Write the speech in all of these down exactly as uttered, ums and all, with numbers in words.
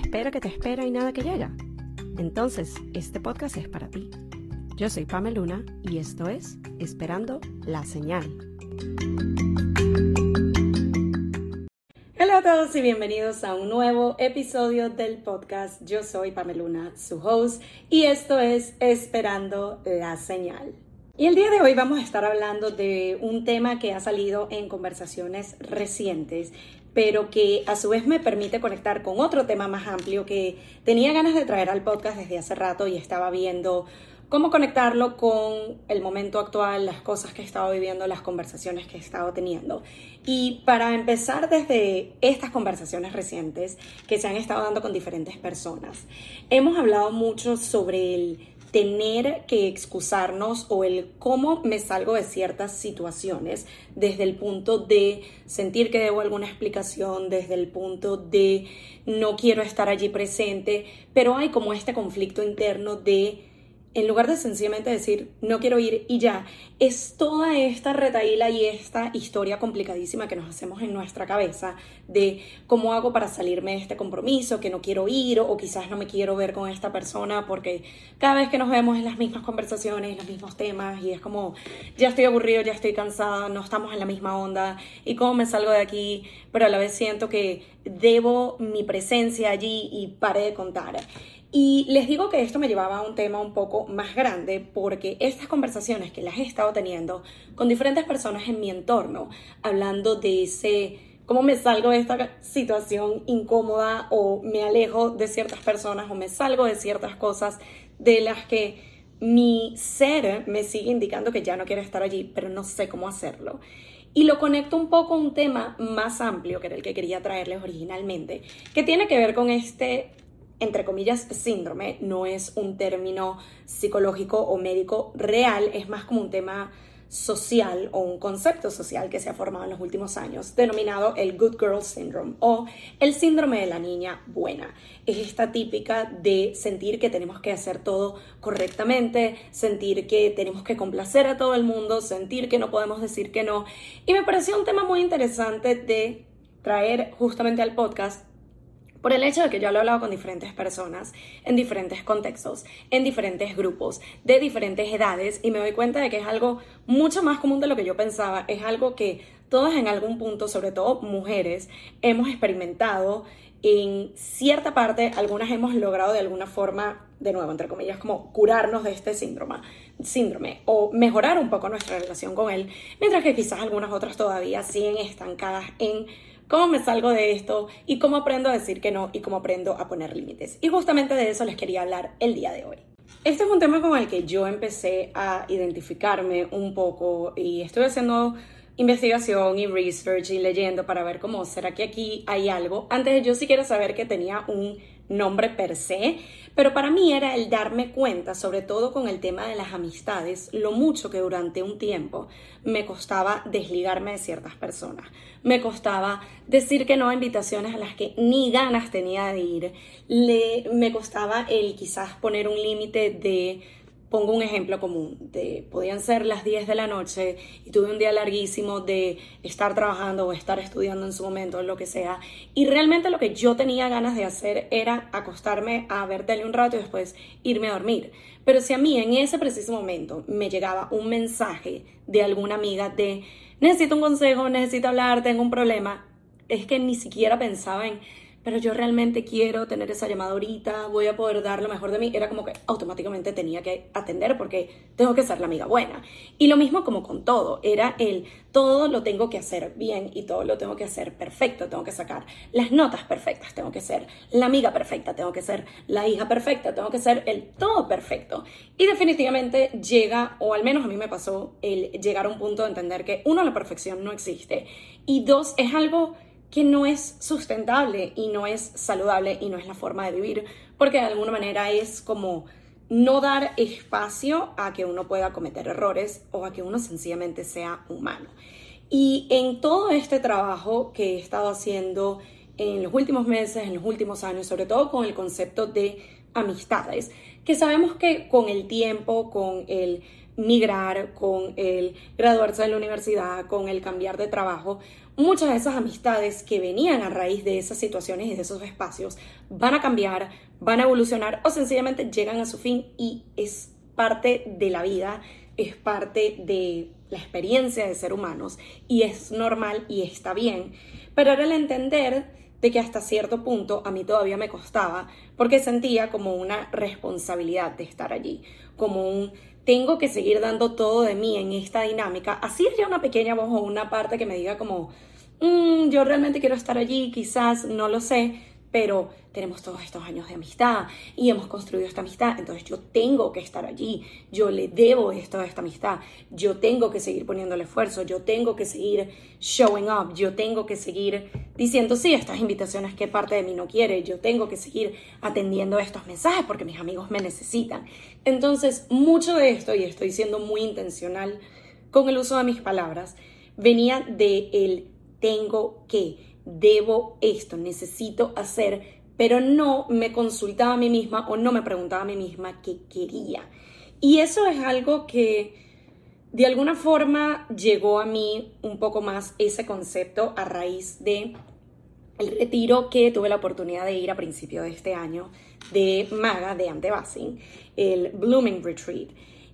espera que te espera y nada que llega? Entonces, este podcast es para ti. Yo soy Pame Luna y esto es Esperando la Señal. Hola a todos y bienvenidos a un nuevo episodio del podcast. Yo soy Pame Luna, su host, y esto es Esperando la Señal. Y el día de hoy vamos a estar hablando de un tema que ha salido en conversaciones recientes, pero que a su vez me permite conectar con otro tema más amplio que tenía ganas de traer al podcast desde hace rato y estaba viendo cómo conectarlo con el momento actual, las cosas que he estado viviendo, las conversaciones que he estado teniendo. Y para empezar desde estas conversaciones recientes que se han estado dando con diferentes personas, hemos hablado mucho sobre el tener que excusarnos o el cómo me salgo de ciertas situaciones desde el punto de sentir que debo alguna explicación, desde el punto de no quiero estar allí presente, pero hay como este conflicto interno de, en lugar de sencillamente decir no quiero ir y ya, es toda esta retahíla y esta historia complicadísima que nos hacemos en nuestra cabeza de cómo hago para salirme de este compromiso, que no quiero ir o quizás no me quiero ver con esta persona porque cada vez que nos vemos en las mismas conversaciones, los mismos temas y es como ya estoy aburrido, ya estoy cansada, no estamos en la misma onda y cómo me salgo de aquí, pero a la vez siento que debo mi presencia allí y paré de contar. Y les digo que esto me llevaba a un tema un poco más grande porque estas conversaciones que las he estado teniendo con diferentes personas en mi entorno, hablando de ese cómo me salgo de esta situación incómoda o me alejo de ciertas personas o me salgo de ciertas cosas de las que mi ser me sigue indicando que ya no quiero estar allí, pero no sé cómo hacerlo. Y lo conecto un poco a un tema más amplio que era el que quería traerles originalmente, que tiene que ver con este, entre comillas, síndrome. No es un término psicológico o médico real, es más como un tema social o un concepto social que se ha formado en los últimos años, denominado el Good Girl Syndrome o el síndrome de la niña buena. Es esta típica de sentir que tenemos que hacer todo correctamente, sentir que tenemos que complacer a todo el mundo, sentir que no podemos decir que no. Y me pareció un tema muy interesante de traer justamente al podcast, por el hecho de que yo lo he hablado con diferentes personas, en diferentes contextos, en diferentes grupos, de diferentes edades, y me doy cuenta de que es algo mucho más común de lo que yo pensaba. Es algo que todas en algún punto, sobre todo mujeres, hemos experimentado en cierta parte. Algunas hemos logrado de alguna forma, de nuevo, entre comillas, como curarnos de este síndrome, síndrome o mejorar un poco nuestra relación con él, mientras que quizás algunas otras todavía siguen estancadas en cómo me salgo de esto y cómo aprendo a decir que no y cómo aprendo a poner límites. Y justamente de eso les quería hablar el día de hoy. Este es un tema con el que yo empecé a identificarme un poco y estoy haciendo investigación y research y leyendo para ver cómo será que aquí hay algo. Antes yo sí quiero saber que tenía un nombre per se, pero para mí era el darme cuenta, sobre todo con el tema de las amistades, lo mucho que durante un tiempo me costaba desligarme de ciertas personas. Me costaba decir que no a invitaciones a las que ni ganas tenía de ir. Le, me costaba el quizás poner un límite de, pongo un ejemplo común, de podían ser las diez de la noche y tuve un día larguísimo de estar trabajando o estar estudiando en su momento, lo que sea, y realmente lo que yo tenía ganas de hacer era acostarme a ver tele un rato y después irme a dormir. Pero si a mí en ese preciso momento me llegaba un mensaje de alguna amiga de necesito un consejo, necesito hablar, tengo un problema, es que ni siquiera pensaba en pero yo realmente quiero tener esa llamada ahorita, voy a poder dar lo mejor de mí. Era como que automáticamente tenía que atender porque tengo que ser la amiga buena. Y lo mismo como con todo, era el todo lo tengo que hacer bien y todo lo tengo que hacer perfecto, tengo que sacar las notas perfectas, tengo que ser la amiga perfecta, tengo que ser la hija perfecta, tengo que ser el todo perfecto. Y definitivamente llega, o al menos a mí me pasó, el llegar a un punto de entender que uno, la perfección no existe y dos, es algo que no es sustentable y no es saludable y no es la forma de vivir, porque de alguna manera es como no dar espacio a que uno pueda cometer errores o a que uno sencillamente sea humano. Y en todo este trabajo que he estado haciendo en los últimos meses, en los últimos años, sobre todo con el concepto de amistades, que sabemos que con el tiempo, con el migrar, con el graduarse de la universidad, con el cambiar de trabajo, muchas de esas amistades que venían a raíz de esas situaciones y de esos espacios van a cambiar, van a evolucionar o sencillamente llegan a su fin y es parte de la vida, es parte de la experiencia de ser humanos y es normal y está bien. Pero era el entender de que hasta cierto punto a mí todavía me costaba porque sentía como una responsabilidad de estar allí, como un tengo que seguir dando todo de mí en esta dinámica. Así haya una pequeña voz o una parte que me diga como mmm, yo realmente quiero estar allí, quizás, no lo sé, pero tenemos todos estos años de amistad y hemos construido esta amistad, entonces yo tengo que estar allí, yo le debo esto a esta amistad, yo tengo que seguir poniendo el esfuerzo, yo tengo que seguir showing up, yo tengo que seguir diciendo sí, estas invitaciones que parte de mí no quiere, yo tengo que seguir atendiendo estos mensajes porque mis amigos me necesitan. Entonces, mucho de esto, y estoy siendo muy intencional con el uso de mis palabras, venía de el tengo que, debo esto, necesito hacer, pero no me consultaba a mí misma o no me preguntaba a mí misma qué quería. Y eso es algo que de alguna forma llegó a mí un poco más ese concepto a raíz de el retiro que tuve la oportunidad de ir a principio de este año de Maga, de Ante Basing, el Blooming Retreat,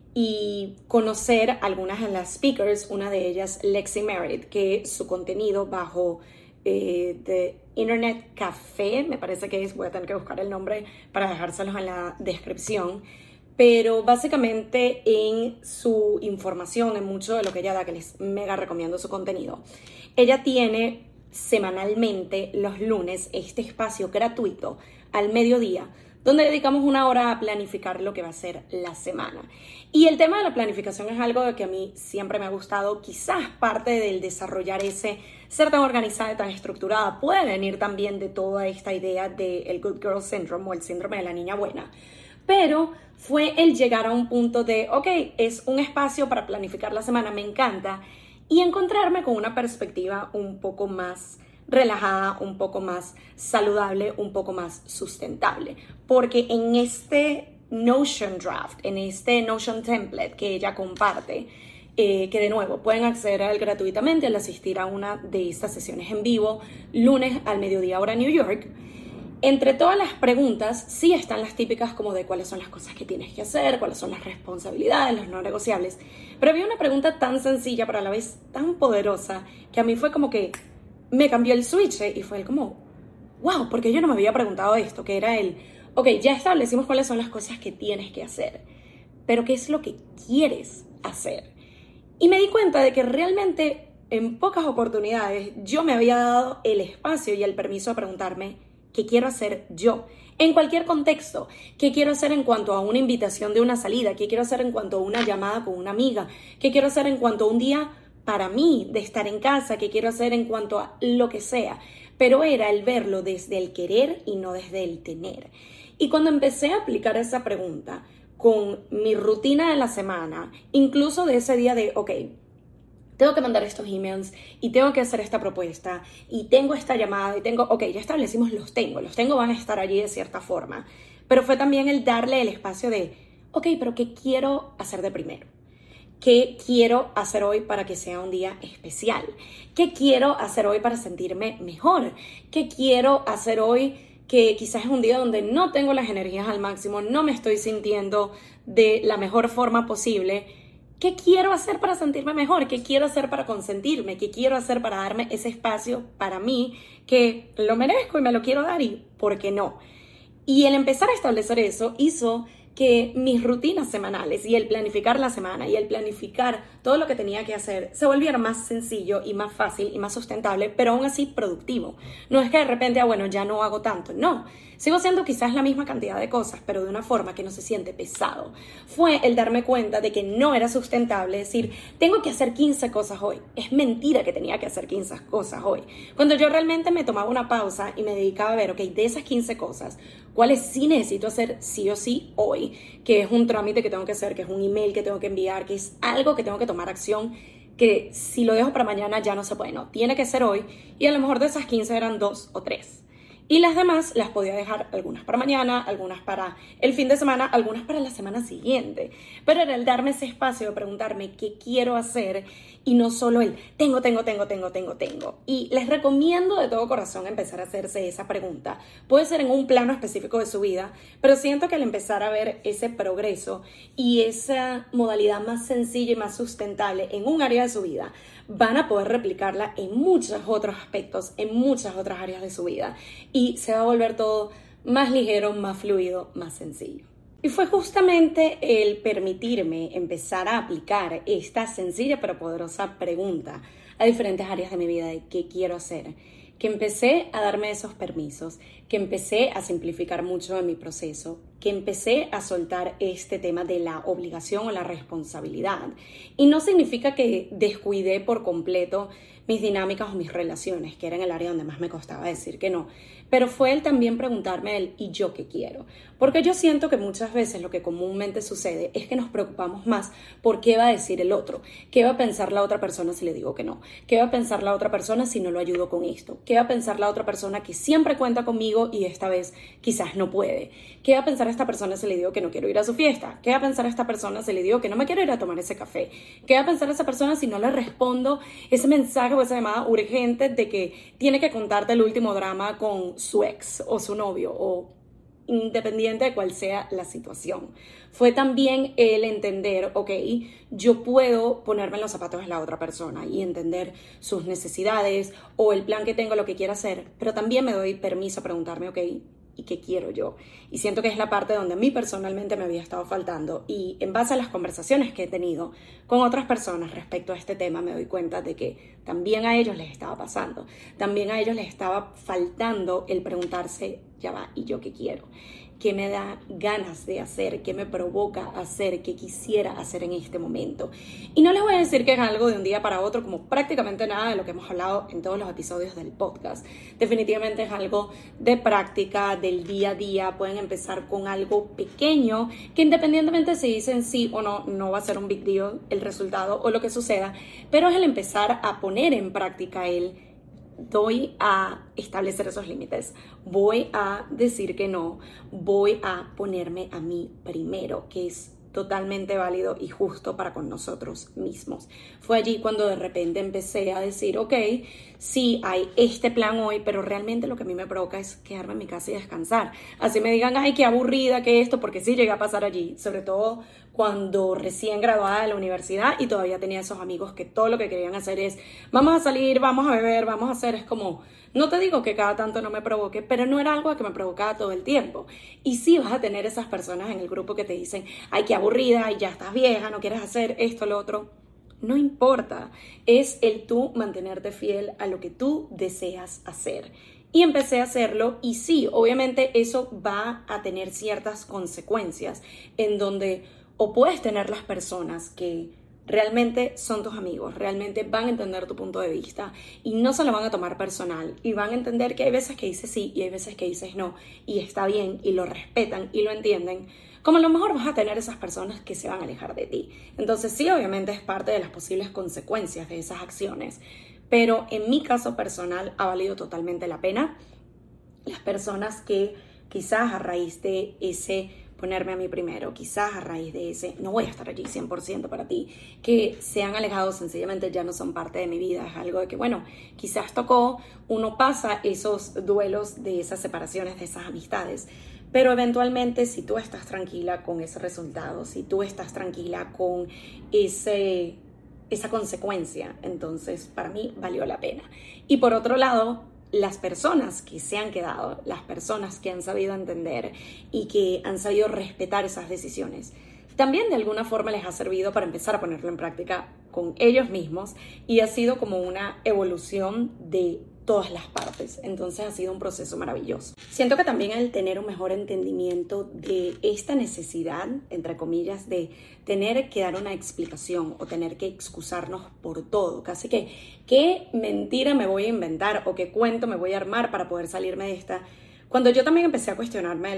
y conocer algunas de las speakers, una de ellas Lexi Merritt, que su contenido bajo eh, The Internet Café, me parece que es, voy a tener que buscar el nombre para dejárselos en la descripción, pero básicamente en su información, en mucho de lo que ella da, que les mega recomiendo su contenido, ella tiene semanalmente los lunes este espacio gratuito al mediodía donde dedicamos una hora a planificar lo que va a ser la semana. Y el tema de la planificación es algo que a mí siempre me ha gustado. Quizás parte del desarrollar ese ser tan organizada y tan estructurada puede venir también de toda esta idea del Good Girl Syndrome o el síndrome de la niña buena. Pero fue el llegar a un punto de, ok, es un espacio para planificar la semana, me encanta, y encontrarme con una perspectiva un poco más relajada, un poco más saludable, un poco más sustentable. Porque en este Notion Draft, en este Notion Template que ella comparte, eh, que de nuevo pueden acceder a él gratuitamente al asistir a una de estas sesiones en vivo, lunes al mediodía hora New York, entre todas las preguntas sí están las típicas como de cuáles son las cosas que tienes que hacer, cuáles son las responsabilidades, los no negociables, pero había una pregunta tan sencilla pero a la vez tan poderosa que a mí fue como que me cambió el switch y fue el como, wow, porque yo no me había preguntado esto, que era el, ok, ya establecimos cuáles son las cosas que tienes que hacer, pero ¿qué es lo que quieres hacer? Y me di cuenta de que realmente en pocas oportunidades yo me había dado el espacio y el permiso a preguntarme qué quiero hacer yo, en cualquier contexto, qué quiero hacer en cuanto a una invitación de una salida, qué quiero hacer en cuanto a una llamada con una amiga, qué quiero hacer en cuanto a un día para mí de estar en casa, qué quiero hacer en cuanto a lo que sea, pero era el verlo desde el querer y no desde el tener. Y cuando empecé a aplicar esa pregunta con mi rutina de la semana, incluso de ese día de, ok, tengo que mandar estos emails y tengo que hacer esta propuesta y tengo esta llamada y tengo, ok, ya establecimos los tengo, los tengo van a estar allí de cierta forma, pero fue también el darle el espacio de, ok, pero ¿qué quiero hacer de primero? ¿Qué quiero hacer hoy para que sea un día especial? ¿Qué quiero hacer hoy para sentirme mejor? ¿Qué quiero hacer hoy que quizás es un día donde no tengo las energías al máximo, no me estoy sintiendo de la mejor forma posible? ¿Qué quiero hacer para sentirme mejor? ¿Qué quiero hacer para consentirme? ¿Qué quiero hacer para darme ese espacio para mí que lo merezco y me lo quiero dar y por qué no? Y el empezar a establecer eso hizo que mis rutinas semanales y el planificar la semana y el planificar todo lo que tenía que hacer se volviera más sencillo y más fácil y más sustentable, pero aún así productivo. No es que de repente, ah, bueno, ya no hago tanto. No, sigo haciendo quizás la misma cantidad de cosas, pero de una forma que no se siente pesado. Fue el darme cuenta de que no era sustentable decir, tengo que hacer quince cosas hoy. Es mentira que tenía que hacer quince cosas hoy. Cuando yo realmente me tomaba una pausa y me dedicaba a ver, ok, de esas quince cosas, ¿cuáles sí necesito hacer sí o sí hoy? Que es un trámite que tengo que hacer, que es un email que tengo que enviar, que es algo que tengo que tomar acción, que si lo dejo para mañana ya no se puede, no, tiene que ser hoy, y a lo mejor de esas quince eran dos o tres. Y las demás las podía dejar, algunas para mañana, algunas para el fin de semana, algunas para la semana siguiente. Pero era el darme ese espacio de preguntarme qué quiero hacer y no solo el tengo, tengo, tengo, tengo, tengo, tengo. Y les recomiendo de todo corazón empezar a hacerse esa pregunta. Puede ser en un plano específico de su vida, pero siento que al empezar a ver ese progreso y esa modalidad más sencilla y más sustentable en un área de su vida, van a poder replicarla en muchos otros aspectos, en muchas otras áreas de su vida. Y se va a volver todo más ligero, más fluido, más sencillo. Y fue justamente el permitirme empezar a aplicar esta sencilla pero poderosa pregunta a diferentes áreas de mi vida de qué quiero hacer, que empecé a darme esos permisos, que empecé a simplificar mucho de mi proceso, que empecé a soltar este tema de la obligación o la responsabilidad. Y no significa que descuidé por completo mis dinámicas o mis relaciones, que era en el área donde más me costaba decir que no. Pero fue el también preguntarme el ¿y yo qué quiero? Porque yo siento que muchas veces lo que comúnmente sucede es que nos preocupamos más por qué va a decir el otro, qué va a pensar la otra persona si le digo que no, qué va a pensar la otra persona si no lo ayudo con esto, qué va a pensar la otra persona que siempre cuenta conmigo y esta vez quizás no puede, qué va a pensar esta persona si le digo que no quiero ir a su fiesta, qué va a pensar esta persona si le digo que no me quiero ir a tomar ese café, qué va a pensar esa persona si no le respondo ese mensaje o esa llamada urgente de que tiene que contarte el último drama con su ex o su novio o independiente de cuál sea la situación. Fue también el entender, ok, yo puedo ponerme en los zapatos de la otra persona y entender sus necesidades o el plan que tengo, lo que quiera hacer, pero también me doy permiso a preguntarme, ok, ¿y qué quiero yo? Y siento que es la parte donde a mí personalmente me había estado faltando y en base a las conversaciones que he tenido con otras personas respecto a este tema me doy cuenta de que también a ellos les estaba pasando, también a ellos les estaba faltando el preguntarse, ya va, ¿y yo qué quiero? ¿Qué me da ganas de hacer? ¿Qué me provoca hacer? ¿Qué quisiera hacer en este momento? Y no les voy a decir que es algo de un día para otro, como prácticamente nada de lo que hemos hablado en todos los episodios del podcast. Definitivamente es algo de práctica, del día a día. Pueden empezar con algo pequeño, que independientemente si dicen sí o no, no va a ser un big deal el resultado o lo que suceda, pero es el empezar a poner en práctica el doy a establecer esos límites, voy a decir que no, voy a ponerme a mí primero, que es totalmente válido y justo para con nosotros mismos. Fue allí cuando de repente empecé a decir, ok, sí hay este plan hoy, pero realmente lo que a mí me provoca es quedarme en mi casa y descansar. Así me digan, ay, qué aburrida que esto, porque sí llegué a pasar allí, sobre todo cuando recién graduada de la universidad y todavía tenía esos amigos que todo lo que querían hacer es, vamos a salir, vamos a beber, vamos a hacer, es como, no te digo que cada tanto no me provoque, pero no era algo que me provocaba todo el tiempo. Y sí vas a tener esas personas en el grupo que te dicen, ay, qué aburrida, y ya estás vieja, no quieres hacer esto, lo otro. No importa, es el tú mantenerte fiel a lo que tú deseas hacer. Y empecé a hacerlo y sí, obviamente eso va a tener ciertas consecuencias en donde o puedes tener las personas que realmente son tus amigos, realmente van a entender tu punto de vista y no se lo van a tomar personal y van a entender que hay veces que dices sí y hay veces que dices no y está bien y lo respetan y lo entienden, como a lo mejor vas a tener esas personas que se van a alejar de ti. Entonces sí, obviamente es parte de las posibles consecuencias de esas acciones, pero en mi caso personal ha valido totalmente la pena. Las personas que quizás a raíz de ese ponerme a mí primero, quizás a raíz de ese, no voy a estar allí cien por ciento para ti, que se han alejado sencillamente ya no son parte de mi vida, es algo de que, bueno, quizás tocó, uno pasa esos duelos de esas separaciones, de esas amistades, pero eventualmente si tú estás tranquila con ese resultado, si tú estás tranquila con ese, esa consecuencia, entonces para mí valió la pena. Y por otro lado, las personas que se han quedado, las personas que han sabido entender y que han sabido respetar esas decisiones, también de alguna forma les ha servido para empezar a ponerlo en práctica con ellos mismos y ha sido como una evolución de todas las partes. Entonces ha sido un proceso maravilloso. Siento que también el tener un mejor entendimiento de esta necesidad, entre comillas, de tener que dar una explicación o tener que excusarnos por todo. Casi que, ¿qué mentira me voy a inventar o qué cuento me voy a armar para poder salirme de esta? Cuando yo también empecé a cuestionarme el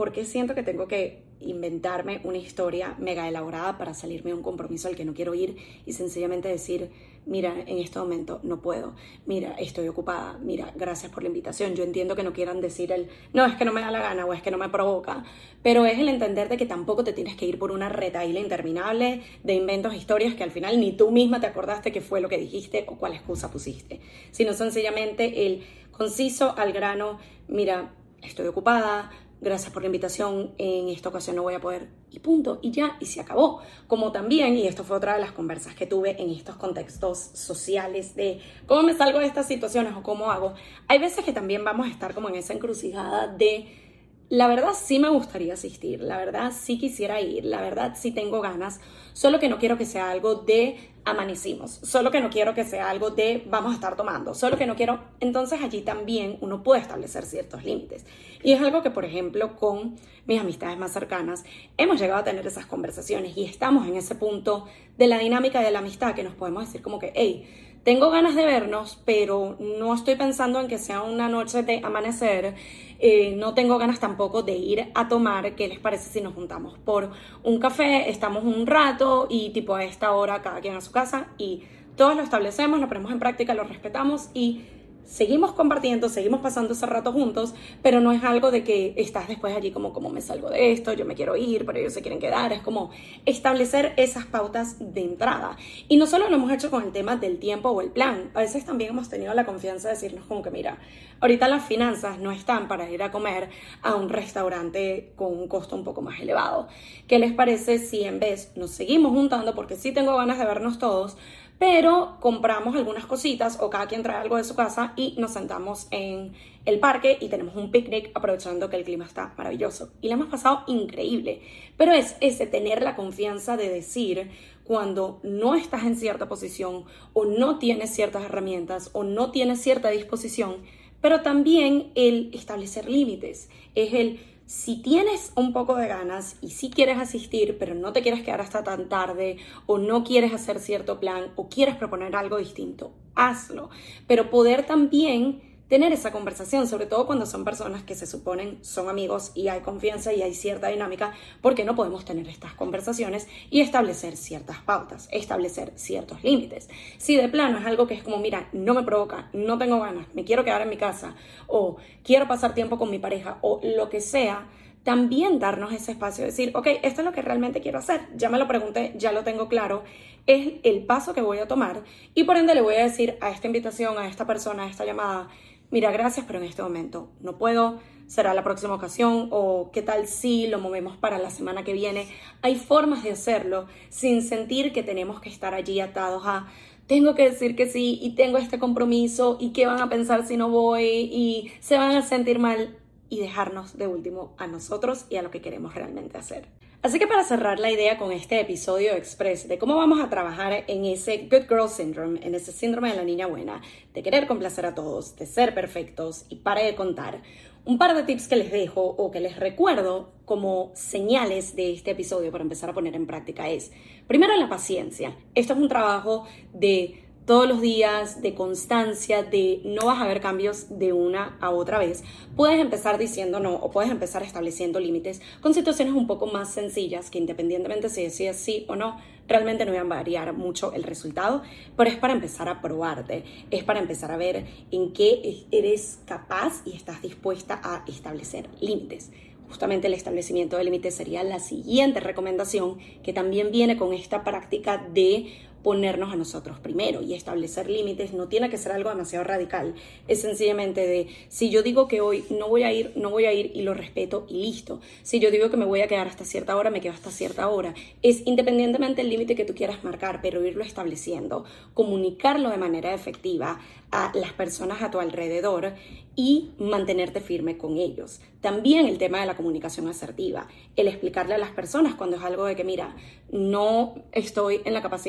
¿por qué siento que tengo que inventarme una historia mega elaborada para salirme de un compromiso al que no quiero ir y sencillamente decir, mira, en este momento no puedo, mira, estoy ocupada, mira, gracias por la invitación? Yo entiendo que no quieran decir el, no, es que no me da la gana o es que no me provoca, pero es el entender de que tampoco te tienes que ir por una retahíla interminable de inventos, historias que al final ni tú misma te acordaste qué fue lo que dijiste o cuál excusa pusiste, sino sencillamente el conciso al grano, mira, estoy ocupada, gracias por la invitación, en esta ocasión no voy a poder, y punto, y ya, y se acabó. Como también, y esto fue otra de las conversas que tuve en estos contextos sociales de cómo me salgo de estas situaciones o cómo hago, hay veces que también vamos a estar como en esa encrucijada de, la verdad sí me gustaría asistir, la verdad sí quisiera ir, la verdad sí tengo ganas, solo que no quiero que sea algo de amanecimos, solo que no quiero que sea algo de vamos a estar tomando, solo que no quiero, entonces allí también uno puede establecer ciertos límites. Y es algo que, por ejemplo, con mis amistades más cercanas hemos llegado a tener esas conversaciones y estamos en ese punto de la dinámica de la amistad que nos podemos decir como que, hey, tengo ganas de vernos, pero no estoy pensando en que sea una noche de amanecer, eh, no tengo ganas tampoco de ir a tomar. ¿Qué les parece si nos juntamos por un café, estamos un rato y tipo a esta hora cada quien a su casa y todos lo establecemos, lo ponemos en práctica, lo respetamos y seguimos compartiendo, seguimos pasando ese rato juntos, pero no es algo de que estás después allí como, como me salgo de esto, yo me quiero ir, pero ellos se quieren quedar. Es como establecer esas pautas de entrada. Y no solo lo hemos hecho con el tema del tiempo o el plan, a veces también hemos tenido la confianza de decirnos como que mira, ahorita las finanzas no están para ir a comer a un restaurante con un costo un poco más elevado. ¿Qué les parece si en vez nos seguimos juntando, porque sí tengo ganas de vernos todos, pero compramos algunas cositas o cada quien trae algo de su casa y nos sentamos en el parque y tenemos un picnic aprovechando que el clima está maravilloso? Y la hemos pasado increíble. Pero es ese tener la confianza de decir cuando no estás en cierta posición o no tienes ciertas herramientas o no tienes cierta disposición, pero también el establecer límites. Es el, si tienes un poco de ganas y si quieres asistir, pero no te quieres quedar hasta tan tarde o no quieres hacer cierto plan o quieres proponer algo distinto, hazlo. Pero poder también tener esa conversación, sobre todo cuando son personas que se suponen son amigos y hay confianza y hay cierta dinámica, porque no podemos tener estas conversaciones y establecer ciertas pautas, establecer ciertos límites. Si de plano es algo que es como, mira, no me provoca, no tengo ganas, me quiero quedar en mi casa o quiero pasar tiempo con mi pareja o lo que sea, también darnos ese espacio de decir, ok, esto es lo que realmente quiero hacer, ya me lo pregunté, ya lo tengo claro, es el paso que voy a tomar y por ende le voy a decir a esta invitación, a esta persona, a esta llamada, mira, gracias, pero en este momento no puedo, será la próxima ocasión o qué tal si lo movemos para la semana que viene. Hay formas de hacerlo sin sentir que tenemos que estar allí atados a tengo que decir que sí y tengo este compromiso y qué van a pensar si no voy y se van a sentir mal, y dejarnos de último a nosotros y a lo que queremos realmente hacer. Así que para cerrar la idea con este episodio express de cómo vamos a trabajar en ese Good Girl Syndrome, en ese síndrome de la niña buena, de querer complacer a todos, de ser perfectos y para de contar, un par de tips que les dejo o que les recuerdo como señales de este episodio para empezar a poner en práctica es, primero, la paciencia. Esto es un trabajo de todos los días, de constancia, de no vas a ver cambios de una a otra vez. Puedes empezar diciendo no o puedes empezar estableciendo límites con situaciones un poco más sencillas que independientemente si decides sí o no, realmente no van a variar mucho el resultado, pero es para empezar a probarte, es para empezar a ver en qué eres capaz y estás dispuesta a establecer límites. Justamente el establecimiento de límites sería la siguiente recomendación que también viene con esta práctica de ponernos a nosotros primero, y establecer límites no tiene que ser algo demasiado radical, es sencillamente de si yo digo que hoy no voy a ir, no voy a ir y lo respeto y listo. Si yo digo que me voy a quedar hasta cierta hora, me quedo hasta cierta hora. Es independientemente del límite que tú quieras marcar, pero irlo estableciendo, comunicarlo de manera efectiva a las personas a tu alrededor y mantenerte firme con ellos. También el tema de la comunicación asertiva, el explicarle a las personas cuando es algo de que mira, no estoy en la capacidad ahorita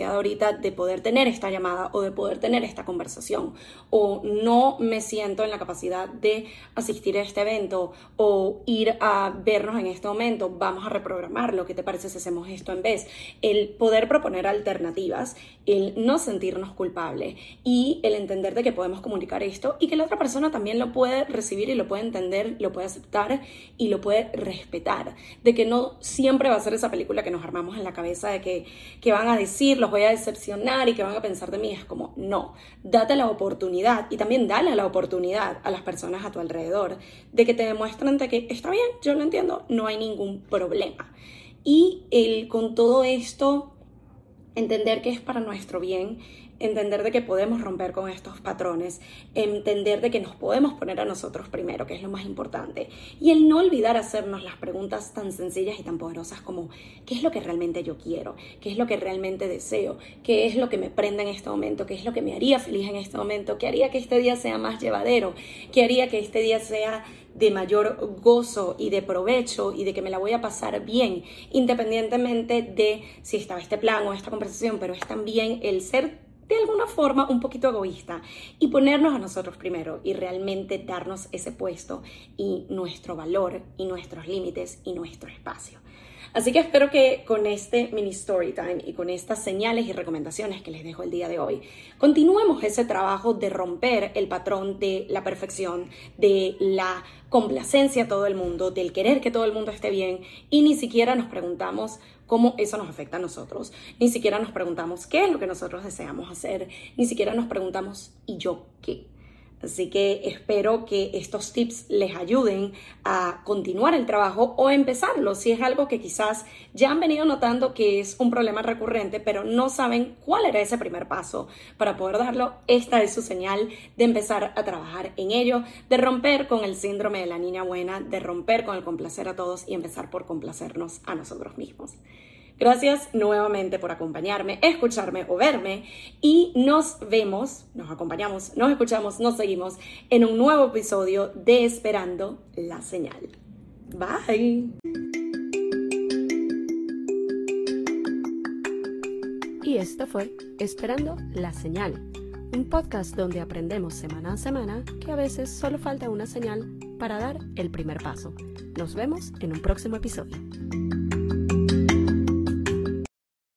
ahorita de poder tener esta llamada o de poder tener esta conversación, o no me siento en la capacidad de asistir a este evento o ir a vernos en este momento, vamos a reprogramarlo, ¿qué te parece si hacemos esto en vez? El poder proponer alternativas, el no sentirnos culpables y el entender de que podemos comunicar esto y que la otra persona también lo puede recibir y lo puede entender, lo puede aceptar y lo puede respetar, de que no siempre va a ser esa película que nos armamos en la cabeza de que, que van a decir, los voy a decepcionar y que van a pensar de mí. Es como, no, date la oportunidad y también dale la oportunidad a las personas a tu alrededor de que te demuestren de que está bien, yo lo entiendo, no hay ningún problema. Y el, con todo esto, entender que es para nuestro bien, entender de que podemos romper con estos patrones, entender de que nos podemos poner a nosotros primero, que es lo más importante, y el no olvidar hacernos las preguntas tan sencillas y tan poderosas como ¿qué es lo que realmente yo quiero? ¿Qué es lo que realmente deseo? ¿Qué es lo que me prende en este momento? ¿Qué es lo que me haría feliz en este momento? ¿Qué haría que este día sea más llevadero? ¿Qué haría que este día sea de mayor gozo y de provecho y de que me la voy a pasar bien, independientemente de si estaba este plan o esta conversación? Pero es también el ser de alguna forma un poquito egoísta y ponernos a nosotros primero y realmente darnos ese puesto y nuestro valor y nuestros límites y nuestro espacio. Así que espero que con este mini story time y con estas señales y recomendaciones que les dejo el día de hoy, continuemos ese trabajo de romper el patrón de la perfección, de la complacencia a todo el mundo, del querer que todo el mundo esté bien y ni siquiera nos preguntamos cómo eso nos afecta a nosotros, ni siquiera nos preguntamos qué es lo que nosotros deseamos hacer, ni siquiera nos preguntamos ¿y yo qué? Así que espero que estos tips les ayuden a continuar el trabajo o empezarlo si es algo que quizás ya han venido notando que es un problema recurrente, pero no saben cuál era ese primer paso para poder darlo. Esta es su señal de empezar a trabajar en ello, de romper con el síndrome de la niña buena, de romper con el complacer a todos y empezar por complacernos a nosotros mismos. Gracias nuevamente por acompañarme, escucharme o verme y nos vemos, nos acompañamos, nos escuchamos, nos seguimos en un nuevo episodio de Esperando la Señal. Bye. Y esto fue Esperando la Señal, un podcast donde aprendemos semana a semana que a veces solo falta una señal para dar el primer paso. Nos vemos en un próximo episodio.